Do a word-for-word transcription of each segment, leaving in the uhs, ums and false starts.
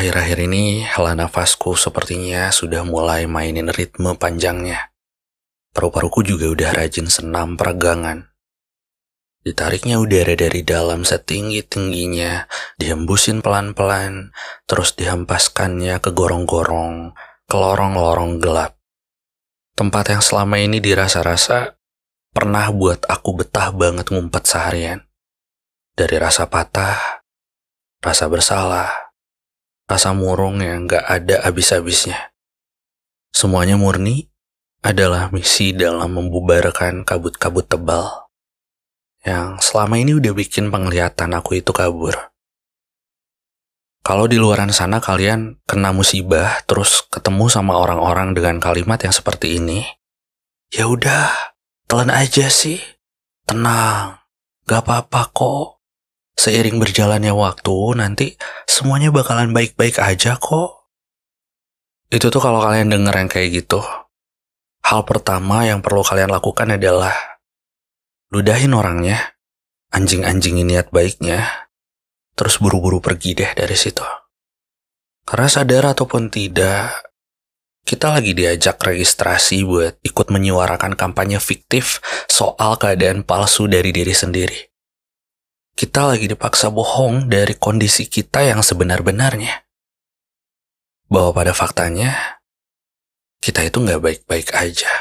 Akhir-akhir ini, hela nafasku sepertinya sudah mulai mainin ritme panjangnya. Paru-paruku juga udah rajin senam peregangan. Ditariknya udara dari dalam setinggi-tingginya, dihembusin pelan-pelan, terus dihempaskannya ke gorong-gorong, ke lorong-lorong gelap. Tempat yang selama ini dirasa-rasa pernah buat aku betah banget ngumpet seharian. Dari rasa patah, rasa bersalah, rasa murung yang gak ada habis-habisnya. Semuanya murni adalah misi dalam membubarkan kabut-kabut tebal yang selama ini udah bikin penglihatan aku itu kabur. Kalau di luaran sana kalian kena musibah terus ketemu sama orang-orang dengan kalimat yang seperti ini, ya udah, telan aja sih, tenang, gak apa-apa kok. Seiring berjalannya waktu, nanti semuanya bakalan baik-baik aja kok. Itu tuh kalau kalian denger yang kayak gitu, hal pertama yang perlu kalian lakukan adalah ludahin orangnya, anjing-anjingin niat baiknya, terus buru-buru pergi deh dari situ. Karena sadar ataupun tidak, kita lagi diajak registrasi buat ikut menyuarakan kampanye fiktif soal keadaan palsu dari diri sendiri. Kita lagi dipaksa bohong dari kondisi kita yang sebenar-benarnya. Bahwa pada faktanya, kita itu gak baik-baik aja.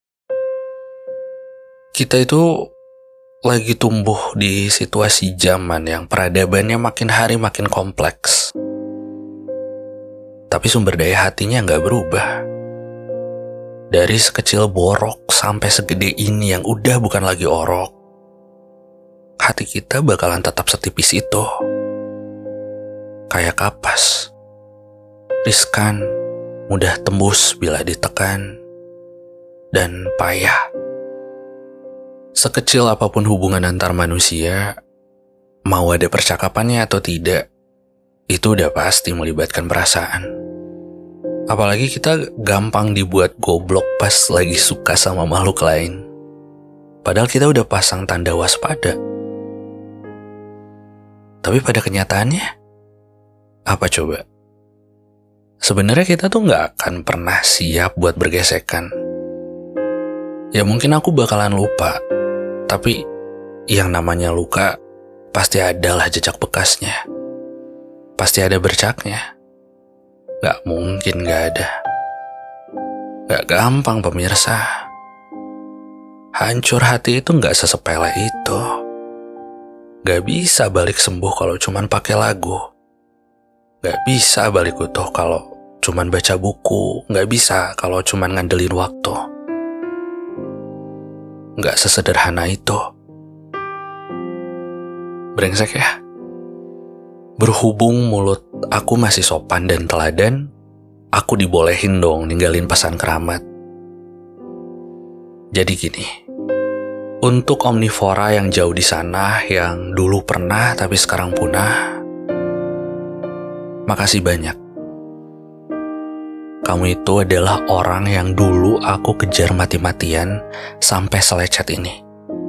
Kita itu lagi tumbuh di situasi zaman yang peradabannya makin hari makin kompleks. Tapi sumber daya hatinya gak berubah. Dari sekecil borok sampai segede ini yang udah bukan lagi orok, hati kita bakalan tetap setipis itu. Kayak kapas. Riskan, mudah tembus bila ditekan, dan payah. Sekecil apapun hubungan antar manusia, mau ada percakapannya atau tidak, itu udah pasti melibatkan perasaan. Apalagi kita gampang dibuat goblok pas lagi suka sama makhluk lain. Padahal kita udah pasang tanda waspada. Tapi pada kenyataannya, apa coba? Sebenarnya kita tuh gak akan pernah siap buat bergesekan. Ya mungkin aku bakalan lupa, tapi yang namanya luka pasti adalah jejak bekasnya. Pasti ada bercaknya. Gak mungkin gak ada. Gak gampang pemirsa. Hancur hati itu gak sesepele itu. Gak bisa balik sembuh kalau cuman pakai lagu. Gak bisa balik utuh kalau cuman baca buku. Gak bisa kalau cuman ngandelin waktu. Gak sesederhana itu. Brengsek ya. Berhubung mulut aku masih sopan dan teladan, aku dibolehin dong ninggalin pesan keramat. Jadi gini. Untuk omnivora yang jauh di sana, yang dulu pernah tapi sekarang punah, makasih banyak. Kamu itu adalah orang yang dulu aku kejar mati-matian sampai selecet ini.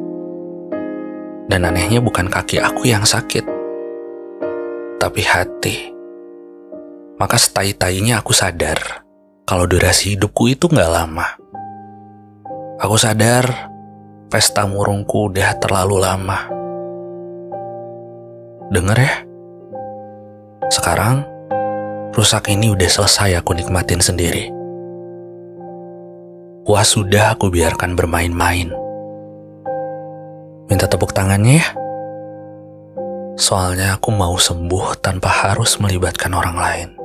Dan anehnya bukan kaki aku yang sakit, tapi hati. Maka setai-tainya aku sadar kalau durasi hidupku itu gak lama. Aku sadar pesta murungku udah terlalu lama. Dengar ya, sekarang rusak ini udah selesai aku nikmatin sendiri. Puas sudah aku biarkan bermain-main. Minta tepuk tangannya ya. Soalnya aku mau sembuh tanpa harus melibatkan orang lain.